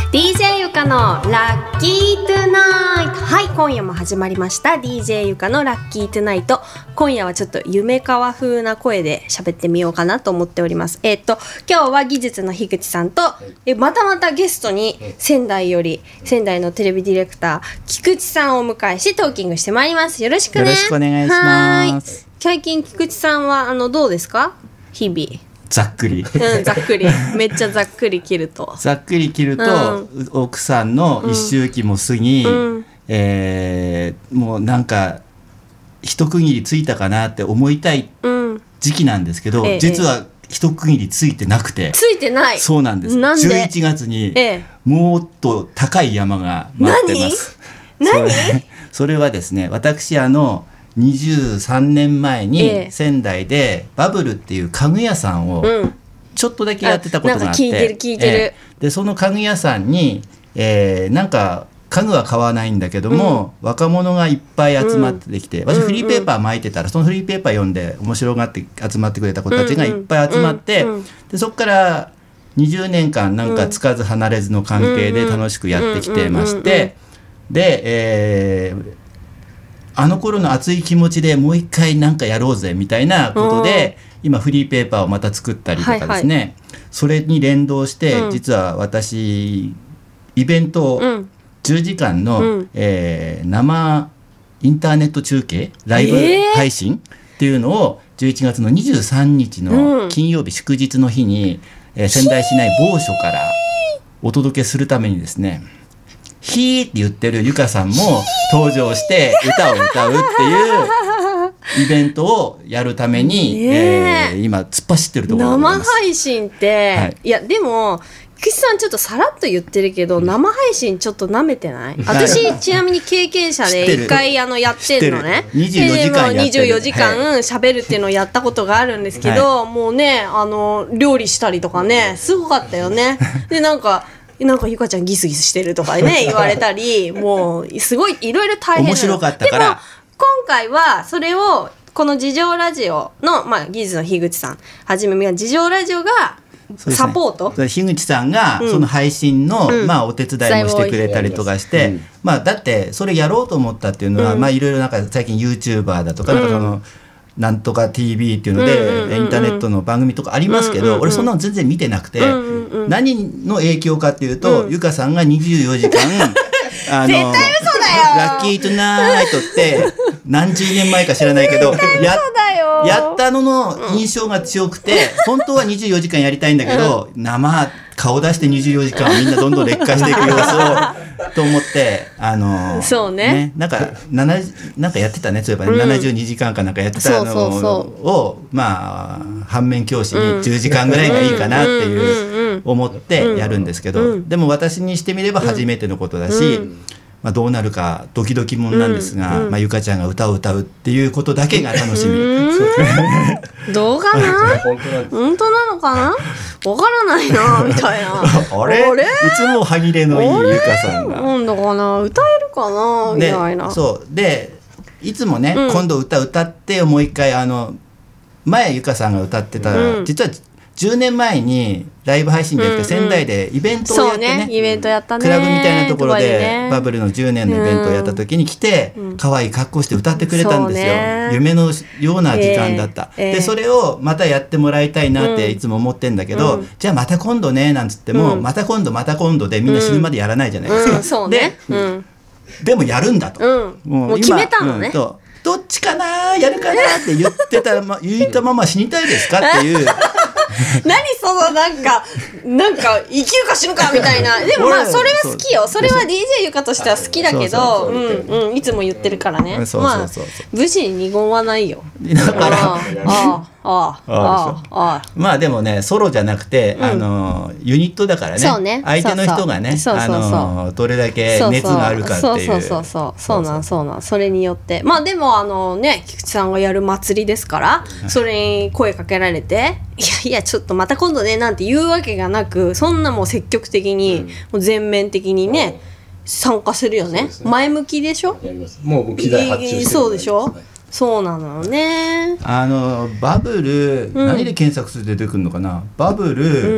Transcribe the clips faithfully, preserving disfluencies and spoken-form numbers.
ディージェー ゆかのラッキートゥナイト。はい、今夜も始まりました ディージェー ゆかのラッキートゥナイト。今夜はちょっと夢川風な声で喋ってみようかなと思っております。えっと今日は技術の樋口さんと、えまたまたゲストに仙台より仙台のテレビディレクター菊池さんをお迎えしトーキングしてまいります。よろしくね。 よろしくお願いします。 最近菊池さんはあのどうですか、日々。 ざっくり、 うん、ざっくりめっちゃざっくり切るとざっくり切ると、うん、奥さんの一周期も過ぎ、うんえー、もうなんか一区切りついたかなって思いたい時期なんですけど、うん、実は一区切りついてなくて、 ついてない。 そうなんです。 なんでじゅういちがつにもっと高い山が待ってます。 何？何？ それ、それはですね、私あのにじゅうさんねんまえに仙台でバブルっていう家具屋さんをちょっとだけやってたことがあって、 うん、なんか聞いてる聞いてる、 えー、でその家具屋さんに、えー、なんか家具は買わないんだけども、うん、若者がいっぱい集まってきて、うん、私フリーペーパー巻いてたらそのフリーペーパー読んで面白がって集まってくれた子たちがいっぱい集まって、うんうん、でそこからにじゅうねんかんなんかつかず離れずの関係で楽しくやってきてまして、で、えーあの頃の熱い気持ちでもう一回なんかやろうぜみたいなことで今フリーペーパーをまた作ったりとかですね、はいはい、それに連動して、うん、実は私イベントをじゅうじかんの、うんえー、生インターネット中継ライブ配信っていうのをじゅういちがつのにじゅうさんにちの金曜日祝日の日に、えー、仙台市内某所からお届けするためにですね、ヒーって言ってるゆかさんも登場して歌を歌うっていうイベントをやるために、えー、今突っ走ってるところでございます。 生配信って、はい、いやでも菊池さんちょっとさらっと言ってるけど生配信ちょっと舐めてない？私ちなみに経験者で一回あのやってるのね。 にじゅうよじかんやってる。 にじゅうよじかん喋るっていうのをやったことがあるんですけど、はい、もうねあの料理したりとかねすごかったよね。でなんかなんかゆかちゃんギスギスしてるとかね言われたりもうすごいいろいろ大変なの。 面白かったから。 でも今回はそれをこの事情ラジオの、まあ、技術の樋口さんはじめ事情ラジオがサポート、 ね、樋口さんがその配信の、うんまあ、お手伝いもしてくれたりとかして、うんまあ、だってそれやろうと思ったっていうのは、うんまあ、いろいろなんか最近 YouTuber だとか、うん、なんかそのなんとか ティーブイ っていうので、うんうんうんうん、インターネットの番組とかありますけど、うんうんうん、俺そんなの全然見てなくて、うんうんうん、何の影響かっていうと、うん、ゆかさんがにじゅうよじかんあの絶対嘘だよラッキートゥナイトって何十年前か知らないけどや, やったのの印象が強くて、うん、本当はにじゅうよじかんやりたいんだけど、うん、生顔出してにじゅうよじかんみんなどんどん劣化していく様子をと思ってあのそう ね, ねなんかなんかやってたね、そういえばね、うん、ななじゅうにじかんかなんかやってたのをそうそうそうまあ反面教師にじゅうじかんぐらいがいいかなっていう思ってやるんですけど、うん、でも私にしてみれば初めてのことだし、うんまあ、どうなるかドキドキもんなんですが、うんまあ、ゆかちゃんが歌を歌うっていうことだけが楽しみ。 どうかな本当なのかなわからないなみたいなあれいつも歯切れのいいゆかさんがなんだかな歌えるかなみたいな。 そうでいつもね、うん、今度歌歌ってもう一回あの前ゆかさんが歌ってた、うん、実はじゅうねんまえにライブ配信じゃなくて仙台でイベントをやってね、うんうん、 イベントやったね、 クラブみたいなところで、ね、バブルのじゅうねんのイベントをやった時に来て、うん、可愛い格好して歌ってくれたんですよ、ね、夢のような時間だった、えーえー、でそれをまたやってもらいたいなっていつも思ってんだけど、うん、じゃあまた今度ねなんつっても、うん、また今度また今度でみんな死ぬまでやらないじゃないですか、 うんうん、そうね、 で、うん、でもやるんだと、 うん、もう決めたのね、うん、とどっちかなやるかなって言ってたま言ったまま死にたいですかっていう何そのなんかなんか生きるか死ぬかみたいな。でもまあそれは好きよ。それは ディージェー ゆかとしては好きだけど、うんうんいつも言ってるからね。まあ武士に二言はないよ。 だからあああああまあでもねソロじゃなくて、うん、あのユニットだから ね, そうね相手の人がねあのどれだけ熱があるかっていうそうそうそうそうなんそうなんそれによってまあでもあのね菊池さんがやる祭りですからそれに声かけられていやいやちょっとまた今度ねなんて言うわけがなくそんなもう積極的に、うん、もう全面的にね参加するよ ね, ね前向きでしょ。 やりますもう機材発注してるそうでしょ、はいそうなのね。 あのバブル、うん、何で検索すると出てくるのかなバブル、うん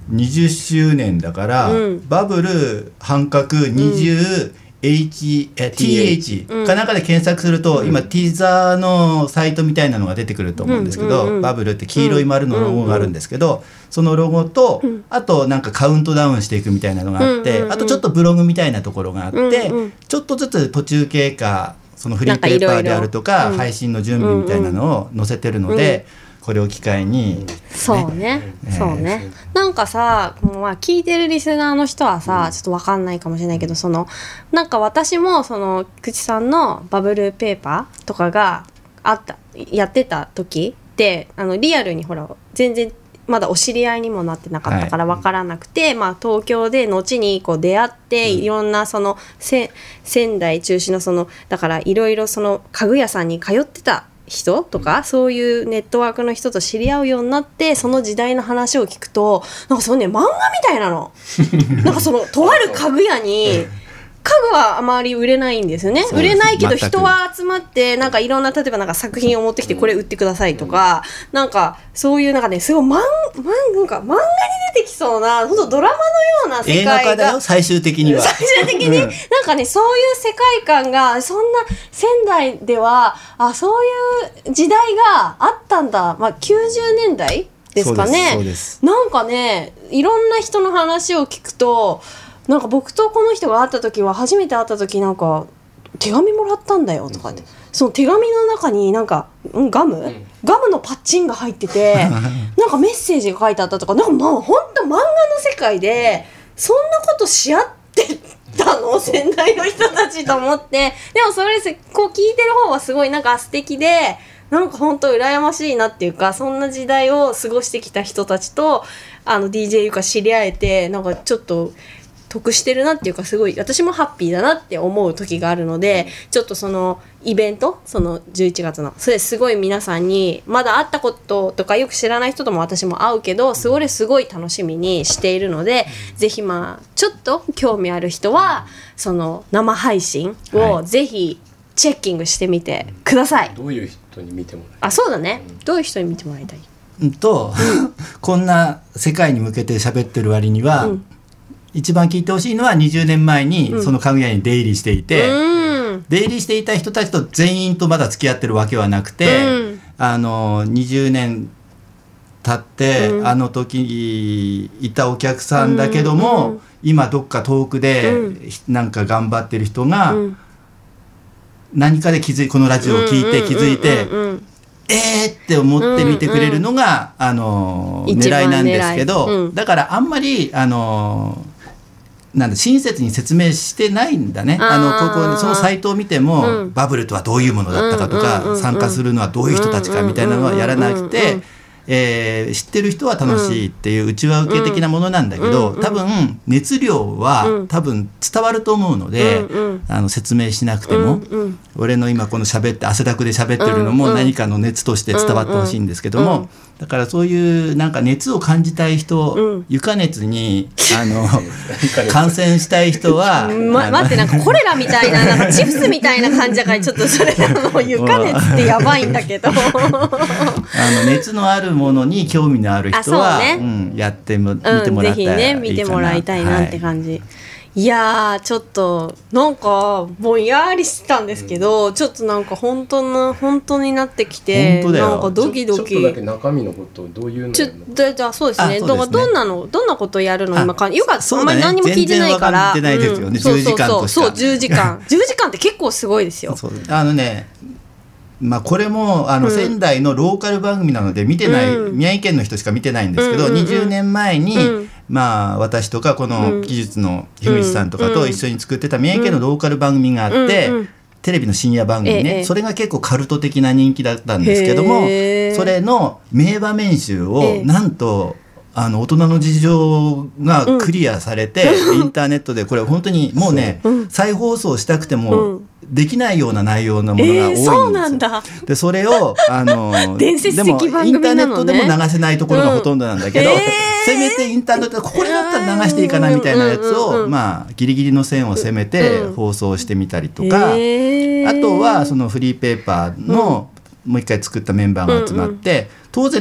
にじゅっしゅうねんだから、うん、バブル半角にじゅう、H、え ティーエイチ かなんかで検索すると、うん、今ティザーのサイトみたいなのが出てくると思うんですけど、うんうんうん、バブルって黄色い丸のロゴがあるんですけど、うんうん、そのロゴと、うん、あとなんかカウントダウンしていくみたいなのがあって、うんうんうん、あとちょっとブログみたいなところがあって、うんうん、ちょっとずつ途中経過そのフリーペーパーであるとか、うん、配信の準備みたいなのを載せてるので、うんうん、これを機会に、ね、 そうね、えー、そうね。なんかさ、まあ、聞いてるリスナーの人はさ、うん、ちょっと分かんないかもしれないけど、そのなんか私もその口さんのバブルペーパーとかがあったやってた時ってあのリアルにほら全然まだお知り合いにもなってなかったから分からなくて、はい、まあ、東京で後にこう出会って、うん、いろんなそのせ仙台中心のそのだからいろいろその家具屋さんに通ってた人とか、うん、そういうネットワークの人と知り合うようになって、その時代の話を聞くとなんかそのね漫画みたいなのなんかそのとある家具屋に家具はあまり売れないんですよね。売れないけど人は集まってなんかいろんな例えばなんか作品を持ってきてこれ売ってくださいとか、うん、なんかそういうなんかねすごい漫なんか漫画に出てきそうな本当ドラマのような世界が映画化だよ最終的には最終的に、うん、なんかねそういう世界観がそんな仙台ではあそういう時代があったんだ、まあ、きゅうじゅうねんだいですかね。 そうです、そうです。 なんかねいろんな人の話を聞くとなんか僕とこの人が会った時は初めて会った時なんか手紙もらったんだよとかって、うん、その手紙の中になんか、うん、ガム、うん、ガムのパッチンが入っててなんかメッセージが書いてあったとかなんかまあ本当漫画の世界でそんなことし合ってたの仙台の人たちと思ってでもそれこう聞いてる方はすごいなんか素敵でなんか本当羨ましいなっていうかそんな時代を過ごしてきた人たちとあの ディージェー ゆか知り合えてなんかちょっと得してるなっていうかすごい私もハッピーだなって思う時があるのでちょっとそのイベントそのじゅういちがつのそれすごい皆さんにまだ会ったこととかよく知らない人とも私も会うけどそれすごい楽しみにしているのでぜひまあちょっと興味ある人はその生配信をぜひチェッキングしてみてください。 どういう人に見てもらいたい？ あ、そうだね、うん、どういう人に見てもらいたい？ うんとこんな世界に向けて喋ってる割には、うん一番聞いてほしいのはにじゅうねんまえにその家具屋に出入りしていて、うん、出入りしていた人たちと全員とまだ付き合ってるわけはなくて、うん、あのにじゅうねん経って、うん、あの時いたお客さんだけども、うん、今どっか遠くでなんか頑張ってる人が何かで気づいこのラジオを聞いて気づいて、うんうんうんうんえーって思って見てくれるのが、うんうん、あの狙いなんですけど、うん、だからあんまりあのなんだ親切に説明してないんだね。あのここにそのサイトを見ても、うん、バブルとはどういうものだったかとか、うんうんうん、参加するのはどういう人たちかみたいなのはやらなくて、えー、知ってる人は楽しいっていう内輪受け的なものなんだけど、多分熱量は多分伝わると思うので、あの説明しなくても、俺の今この喋って汗だくで喋ってるのも何かの熱として伝わってほしいんですけども、だからそういうなんか熱を感じたい人、床熱にあの感染したい人は、 ま、待ってなんかコレラみたいな、なんかチフスみたいな感じだからちょっとそれあの床熱ってやばいんだけどあの熱のあるものに興味のある人は、ねうん、やっても見てもらったらいいかな、うん、ぜひね見てもらいたいなって感じ、はいいやーちょっとなんかぼんやりしてたんですけど、うん、ちょっとなんか本当の本当になってきてなんかドキドキちょっとだけ中身のことをどういうのちょじゃあそうですね。だからどんなのどんなことやるの今かよかったあんまり何も聞いてないから全然分かってないですよね、うん、じゅうじかんとしかそうそうそうじゅうじかんじゅうじかんって結構すごいですよ。 そうあのねまあ、これもあの仙台のローカル番組なので見てない、うん、宮城県の人しか見てないんですけど、うんうんうん、にじゅうねんまえに、うんまあ、私とかこの技術の樋口さんとかと一緒に作ってた宮城県のローカル番組があって、うんうん、テレビの深夜番組ね、ええ、それが結構カルト的な人気だったんですけどもそれの名場面集をなんとあの大人の事情がクリアされて、うん、インターネットでこれ本当にもうね、うん、再放送したくてもできないような内容のものが多いんですよ、えー、そうなんだ。でそれをあの伝説的番組なのね、 でもインターネットでも流せないところがほとんどなんだけど、うんえー、せめてインターネットでこれだったら流していいかなみたいなやつを、うんうんうん、まあギリギリの線を攻めて放送してみたりとか、うんえー、あとはそのフリーペーパーのもう一回作ったメンバーが集まって、うんうん、当然ね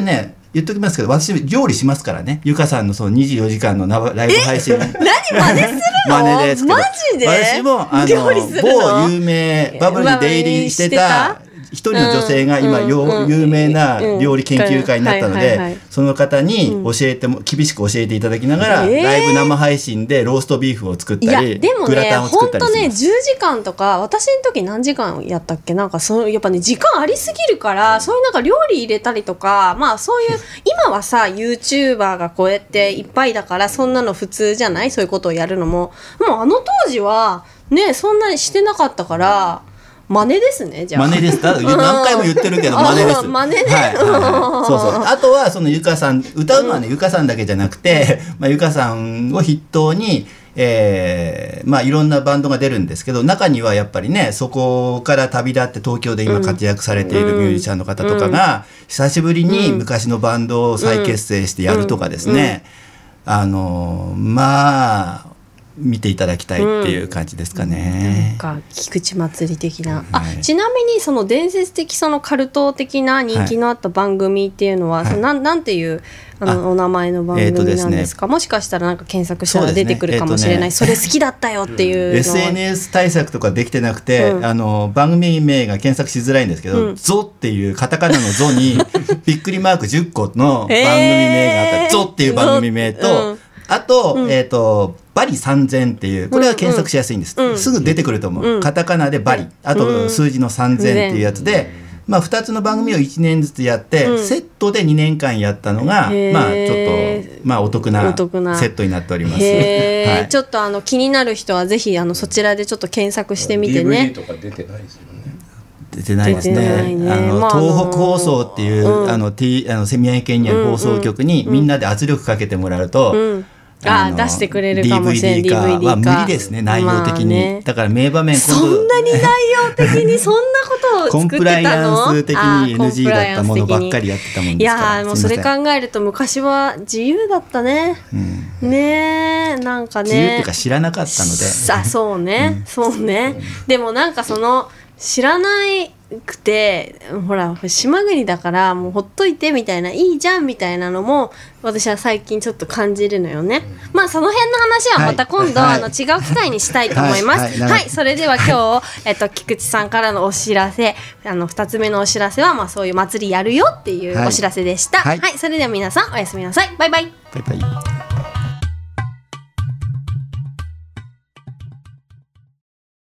言っときますけど、私料理しますからね。ゆかさんのそのにじゅうよじかんの生ライブ配信。 何真似するの？ 真似ですけど。 マジで？ 私もあ料理するの？ の某有名バブルに出入りしてた一人の女性が今、 うんようん有名な料理研究家になったのはいはいはいで、その方に教えても厳しく教えていただきながら、 えーライブ生配信でローストビーフを作っいやたり、 でもねグラタンを作ったりほんとねします。 じゅうじかんとか私の時何時間やったっけなんかそうやっぱね時間ありすぎるからそういうなんか料理入れたりとかまあそういう今はさ YouTuber がこうやっていっぱいだからそんなの普通じゃないそういうことをやるのももうあの当時はねそんなにしてなかったから真似ですねじゃあ真似ですか何回も言ってるけど真似です。 真似ね、 はいはいはい、そうそう。あとはそのゆかさん歌うのはね、うん、ゆかさんだけじゃなくて、まあ、ゆかさんを筆頭に、えーまあ、いろんなバンドが出るんですけど中にはやっぱりねそこから旅立って東京で今活躍されているミュージシャンの方とかが、うん、久しぶりに昔のバンドを再結成してやるとかですね、うんうん、あのまあ見ていただきたいっていう感じですかね。 うん、なんか菊池祭り的な、 はい、 あちなみにその伝説的そのカルト的な人気のあった番組っていうのは、はい、そのなんなんていうあのお名前の番組なんですか、えーですね、もしかしたらなんか検索したら出てくるかもしれない そ,、ねえーとね、それ好きだったよっていうのエスエヌエス 対策とかできてなくて、うん、あの番組名が検索しづらいんですけど、うん、ゾっていうカタカナのゾにびっくりマークじゅっこの番組名があった、えー、ゾっていう番組名と、うん、あと、うん、えっ、ー、とバリさんぜんっていうこれは検索しやすいんです、うんうん、すぐ出てくると思う、うん、カタカナでバリあと数字のさんぜんっていうやつで、うん、まあ、ふたつの番組をいちねんずつやって、うん、セットでにねんかんやったのが、まあ、ちょっと、まあ、お得なセットになっております。 へ、はい、ちょっとあの気になる人はぜひあのそちらでちょっと検索してみてね。 ディーブイディー とか出てないですよね。 出てないですね。 ねあの、まあ、東北放送っていう、うん、あの、T、あの宮城県にある放送局にみんなで圧力かけてもらうと、うんうん、 ああ出してくれるかもしれない。 ディーブイディー かは無理ですね内容的に、まあね、だから名場面そんなに内容的にそんなことを作ってたの？コンプライアンス的に エヌジー だったものばっかりやってたもんですから。 いやもうそれ考えると昔は自由だったね、うん、ねえなんかね自由っていうか知らなかったのであそうね、うん、そうね、うん、でもなんかその知らないくてほら島国だからもうほっといてみたいないいじゃんみたいなのも私は最近ちょっと感じるのよね。まあその辺の話はまた今度、はい、あの違う機会にしたいと思います。はい、はいはい、それでは今日、えっと、菊池さんからのお知らせあのふたつめのお知らせは、まあ、そういう祭りやるよっていうお知らせでした。はい、はい、それでは皆さんおやすみなさい。バイバイ。 バイバイ。